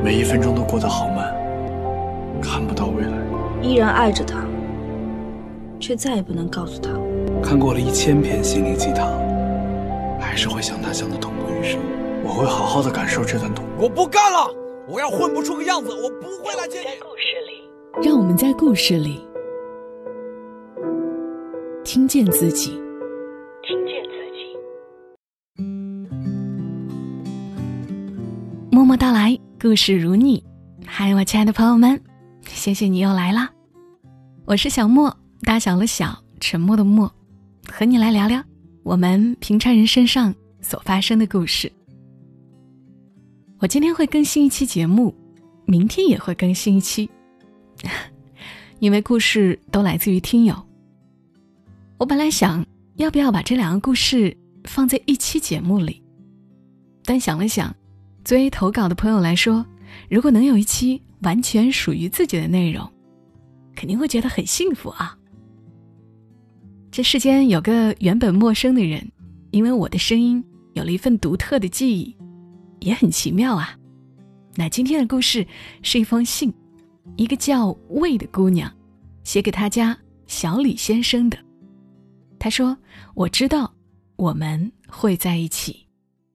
每一分钟都过得好慢，看不到未来。 依然爱着他，却再也不能告诉他。 看过了1000篇心灵鸡汤，还是会想他想得痛不欲生。我会好好的感受这段痛苦。 我不干了，我要混不出个样子，我不会来见你。 让我们在故事里听见自己。默默到来，故事如你。嗨，我亲爱的朋友们，谢谢你又来啦！我是小莫，大小了小，沉默的默，和你来聊聊我们平常人身上所发生的故事。我今天会更新一期节目，明天也会更新一期，因为故事都来自于听友。我本来想要不要把这2个故事放在一期节目里，但想了想，作为投稿的朋友来说，如果能有一期完全属于自己的内容，肯定会觉得很幸福啊。这世间有个原本陌生的人，因为我的声音有了一份独特的记忆，也很奇妙啊。那今天的故事是一封信，一个叫魏的姑娘写给她家小李先生的。她说，我知道我们会在一起。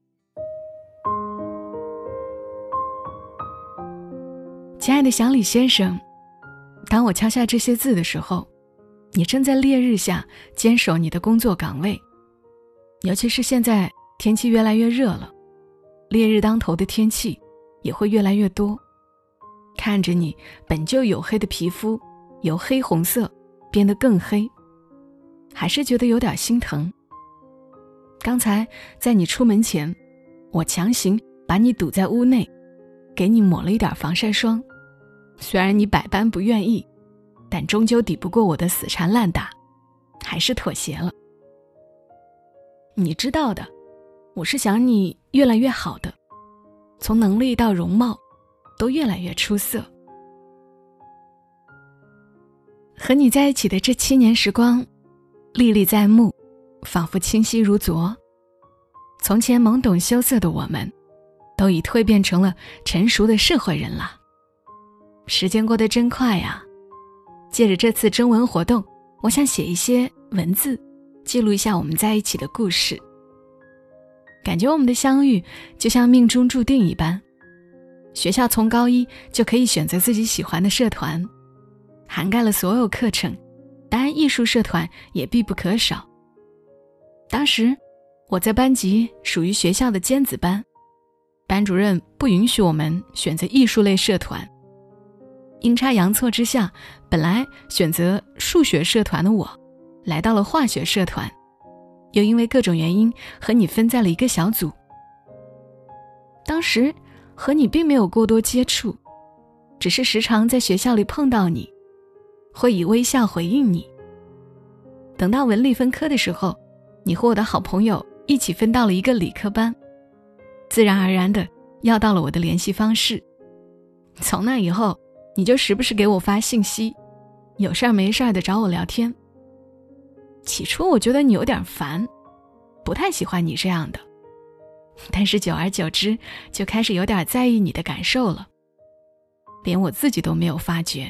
亲爱的小李先生，当我敲下这些字的时候，你正在烈日下坚守你的工作岗位，尤其是现在天气越来越热了，烈日当头的天气也会越来越多。看着你本就黝黑的皮肤由黑红色变得更黑，还是觉得有点心疼。刚才在你出门前，我强行把你堵在屋内，给你抹了一点防晒霜，虽然你百般不愿意，但终究抵不过我的死缠烂打，还是妥协了。你知道的，我是想你越来越好的，从能力到容貌都越来越出色。和你在一起的这7年时光历历在目，仿佛清晰如昨。从前懵懂羞涩的我们，都已蜕变成了成熟的社会人了。时间过得真快呀！借着这次征文活动，我想写一些文字，记录一下我们在一起的故事。感觉我们的相遇就像命中注定一般。学校从高1就可以选择自己喜欢的社团，涵盖了所有课程，当然艺术社团也必不可少。当时我在班级属于学校的尖子班，班主任不允许我们选择艺术类社团。阴差阳错之下，本来选择数学社团的我，来到了化学社团，又因为各种原因和你分在了一个小组。当时和你并没有过多接触，只是时常在学校里碰到你，会以微笑回应你。等到文理分科的时候，你和我的好朋友一起分到了一个理科班，自然而然的要到了我的联系方式。从那以后，你就时不时给我发信息，有事儿没事儿的找我聊天。起初我觉得你有点烦，不太喜欢你这样的，但是久而久之就开始有点在意你的感受了，连我自己都没有发觉。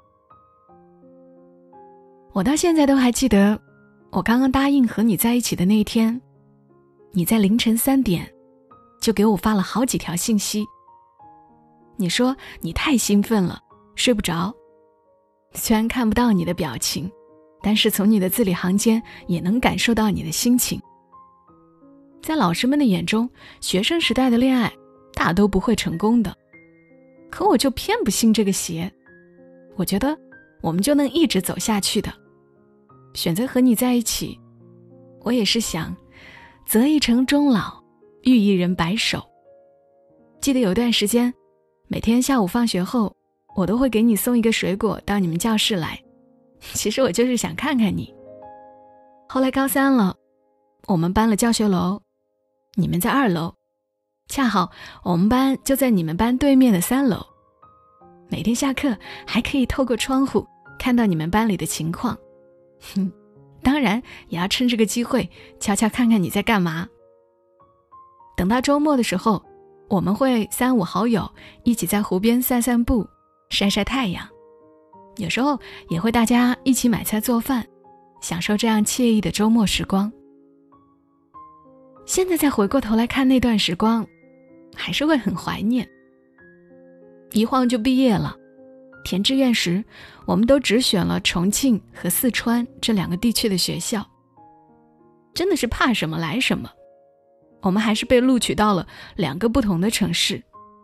我到现在都还记得，我刚刚答应和你在一起的那一天，你在凌晨3点就给我发了好几条信息。你说你太兴奋了，睡不着。虽然看不到你的表情，但是从你的字里行间也能感受到你的心情。在老师们的眼中，学生时代的恋爱大都不会成功的，可我就偏不信这个邪。我觉得我们就能一直走下去的。选择和你在一起，我也是想择一城终老，遇一人白首。记得有段时间，每天下午放学后，我都会给你送一个水果到你们教室来，其实我就是想看看你。后来高3了，我们搬了教学楼，你们在2楼，恰好我们班就在你们班对面的3楼。每天下课还可以透过窗户看到你们班里的情况，当然也要趁这个机会悄悄看看你在干嘛。等到周末的时候， 我们会3、5好友一起在湖边散散步，晒晒太阳。有时候也会大家一起买菜做饭，享受这样惬意的周末时光。现在再回过头来看那段时光，还是会很怀念。一晃就毕业了，填志愿时，我们都只选了重庆和四川这2个地区的学校。真的是怕什么来什么，我们还是被录取到了2个不同的城市。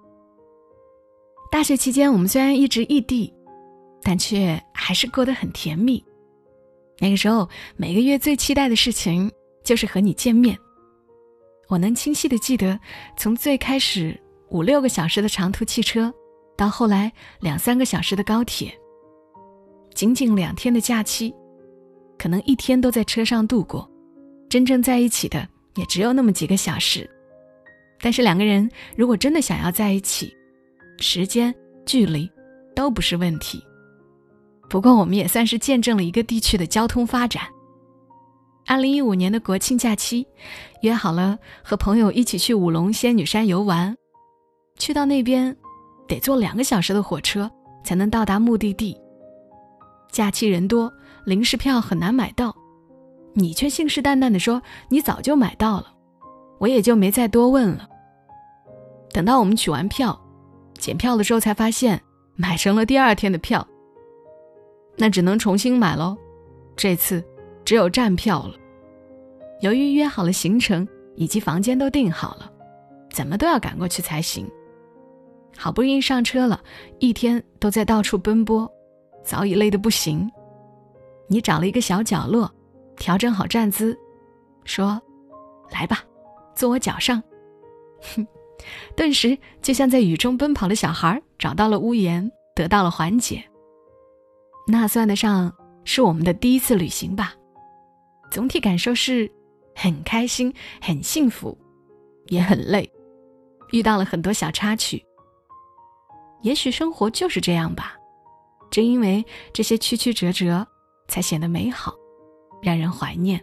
大学期间，我们虽然一直异地，但却还是过得很甜蜜。那个时候，每个月最期待的事情就是和你见面。我能清晰地记得，从最开始5、6个小时的长途汽车，到后来2、3个小时的高铁，仅仅2天的假期，可能1天都在车上度过，真正在一起的也只有那么几个小时。但是2个人如果真的想要在一起，时间、距离都不是问题。不过我们也算是见证了一个地区的交通发展。2015年的国庆假期，约好了和朋友一起去五龙仙女山游玩。去到那边得坐2个小时的火车才能到达目的地。假期人多，临时票很难买到，你却信誓旦旦地说你早就买到了，我也就没再多问了。等到我们取完票，检票的时候才发现买成了第2天的票，那只能重新买咯，这次只有站票了。由于约好了行程以及房间都订好了，怎么都要赶过去才行。好不容易上车了，1天都在到处奔波，早已累得不行。你找了一个小角落，调整好站姿，说来吧，坐我脚上。顿时就像在雨中奔跑的小孩找到了屋檐，得到了缓解。那算得上是我们的第1次旅行吧。总体感受是很开心，很幸福，也很累，遇到了很多小插曲。也许生活就是这样吧，正因为这些曲曲折折，才显得美好，让人怀念。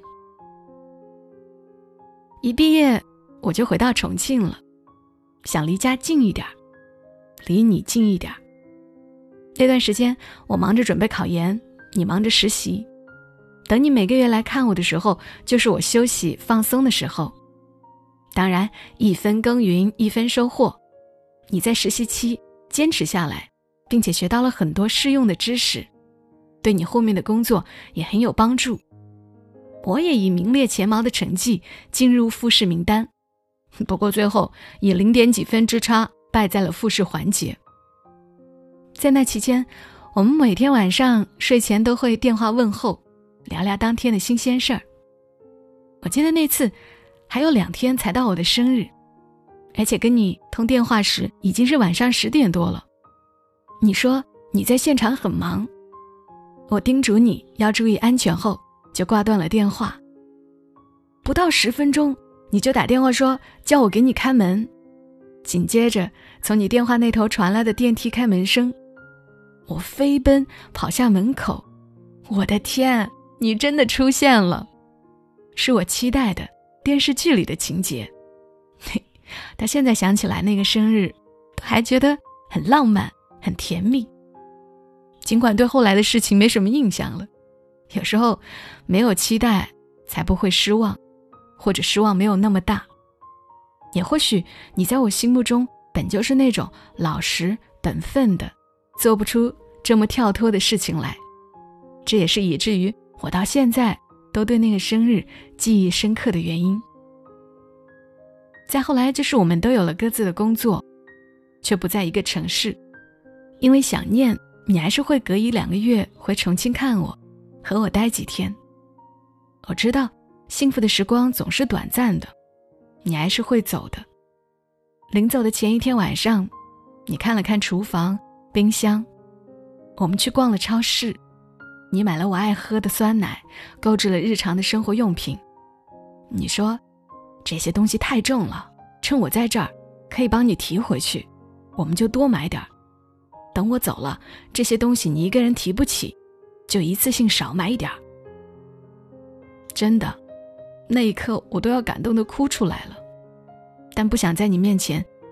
一毕业我就回到重庆了，想离家近一点，离你近一点。那段时间我忙着准备考研，你忙着实习。等你每个月来看我的时候，就是我休息放松的时候。当然1分耕耘1分收获，你在实习期坚持下来，并且学到了很多适用的知识，对你后面的工作也很有帮助。我也以名列前茅的成绩进入复试名单，不过最后以0点几分之差败在了复试环节。在那期间，我们每天晚上睡前都会电话问候，聊聊当天的新鲜事儿。我记得那次还有2天才到我的生日，而且跟你通电话时已经是晚上10点多了。你说你在现场很忙，我叮嘱你要注意安全后，就挂断了电话。不到10分钟，你就打电话说叫我给你开门。紧接着从你电话那头传来的电梯开门声，我飞奔跑下门口。我的天，你真的出现了，是我期待的电视剧里的情节。但现在想起来那个生日，都还觉得很浪漫，很甜蜜。尽管对后来的事情没什么印象了，有时候没有期待才不会失望，或者失望没有那么大。也或许你在我心目中本就是那种老实本分的，做不出这么跳脱的事情来。这也是以至于我到现在都对那个生日记忆深刻的原因。再后来就是我们都有了各自的工作，却不在一个城市。因为想念，你还是会隔1、2个月回重庆看我，和我待几天。我知道幸福的时光总是短暂的，你还是会走的。临走的前1天晚上，你看了看厨房、冰箱，我们去逛了超市，你买了我爱喝的酸奶，购置了日常的生活用品。你说这些东西太重了，趁我在这儿可以帮你提回去，我们就多买点。等我走了，这些东西你一个人提不起，就一次性少买一点。真的，那一刻我都要感动得哭出来了，但不想在你面前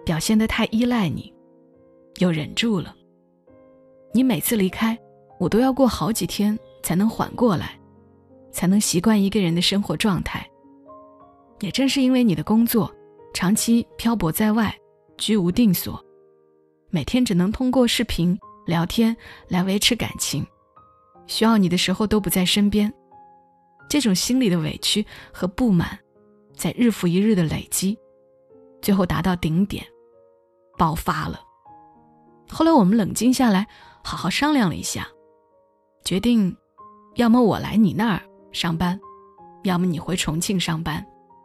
表现得太依赖你，又忍住了。你每次离开，我都要过好几天才能缓过来，才能习惯一个人的生活状态。也正是因为你的工作长期漂泊在外，居无定所，每天只能通过视频聊天来维持感情，需要你的时候都不在身边，这种心里的委屈和不满在日复一日的累积，最后达到顶点，爆发了。后来我们冷静下来，好好商量了一下，决定要么我来你那儿上班，要么你回重庆上班。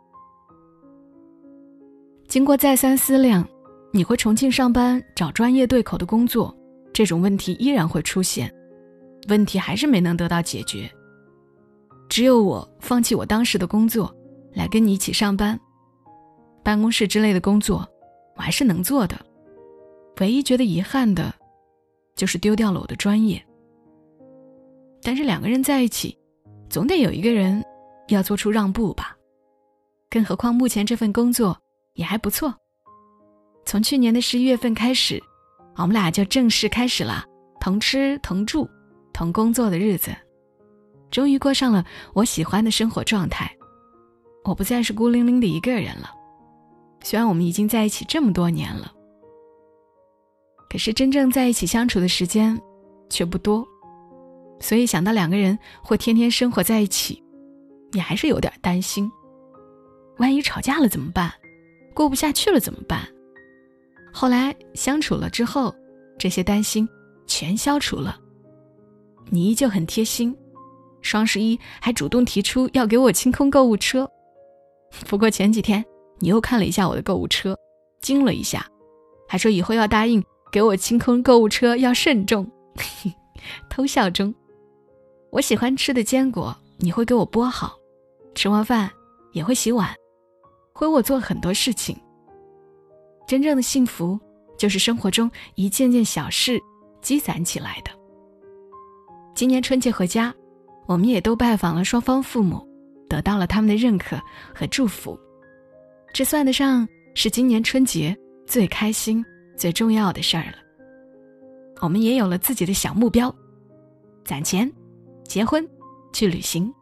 经过再三思量，你回重庆上班找专业对口的工作，这种问题依然会出现，问题还是没能得到解决。只有我放弃我当时的工作来跟你一起上班，办公室之类的工作我还是能做的，唯一觉得遗憾的就是丢掉了我的专业。但是两个人在一起，总得有一个人要做出让步吧，更何况目前这份工作也还不错。从去年的11月份开始，我们俩就正式开始了同吃同住同工作的日子，终于过上了我喜欢的生活状态。我不再是孤零零的一个人了，虽然我们已经在一起这么多年了，可是真正在一起相处的时间却不多，所以想到两个人会天天生活在一起，也还是有点担心。万一吵架了怎么办？过不下去了怎么办？后来相处了之后，这些担心全消除了。你依旧很贴心，双11还主动提出要给我清空购物车。不过前几天你又看了一下我的购物车，惊了一下，还说以后要答应给我清空购物车要慎重。偷笑中，我喜欢吃的坚果你会给我剥好，吃完饭也会洗碗，为我做很多事情。真正的幸福就是生活中一件件小事积攒起来的。今年春节回家，我们也都拜访了双方父母，得到了他们的认可和祝福，这算得上是今年春节最开心最重要的事儿了。我们也有了自己的小目标，攒钱结婚去旅行。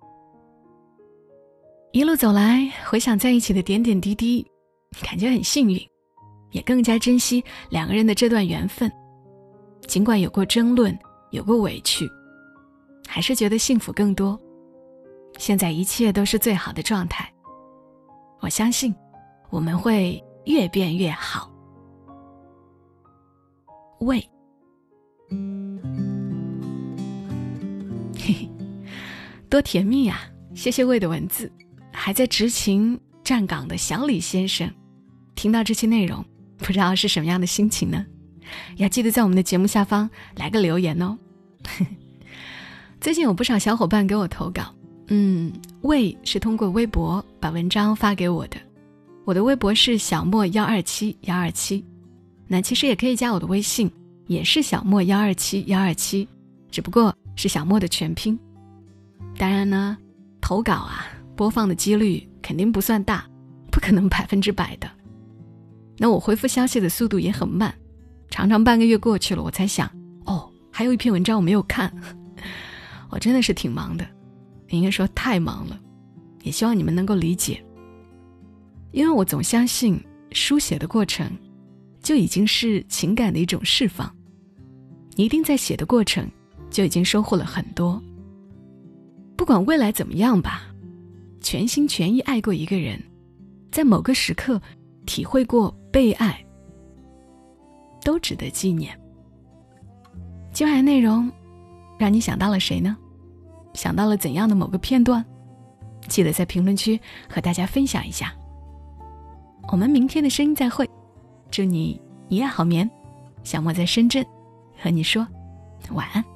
一路走来，回想在一起的点点滴滴，感觉很幸运，也更加珍惜两个人的这段缘分。尽管有过争论，有过委屈，还是觉得幸福更多。现在一切都是最好的状态，我相信我们会越变越好。喂，嘿嘿，多甜蜜啊！谢谢魏的文字。还在执勤站岗的小李先生，听到这期内容，不知道是什么样的心情呢？要记得在我们的节目下方来个留言哦。最近有不少小伙伴给我投稿，魏是通过微博把文章发给我的，我的微博是小莫127127，那其实也可以加我的微信，也是小莫127127，只不过是小莫的全拼。当然呢，投稿啊，播放的几率肯定不算大，不可能100%的。那我回复消息的速度也很慢，常常半个月过去了，我才想，还有一篇文章我没有看。我真的是挺忙的，应该说太忙了，也希望你们能够理解。因为我总相信书写的过程就已经是情感的一种释放，你一定在写的过程就已经收获了很多。不管未来怎么样吧，全心全意爱过一个人，在某个时刻体会过被爱，都值得纪念。今晚的内容让你想到了谁呢？想到了怎样的某个片段？记得在评论区和大家分享一下。我们明天的声音再会，祝你一夜好眠。小莫在深圳和你说晚安。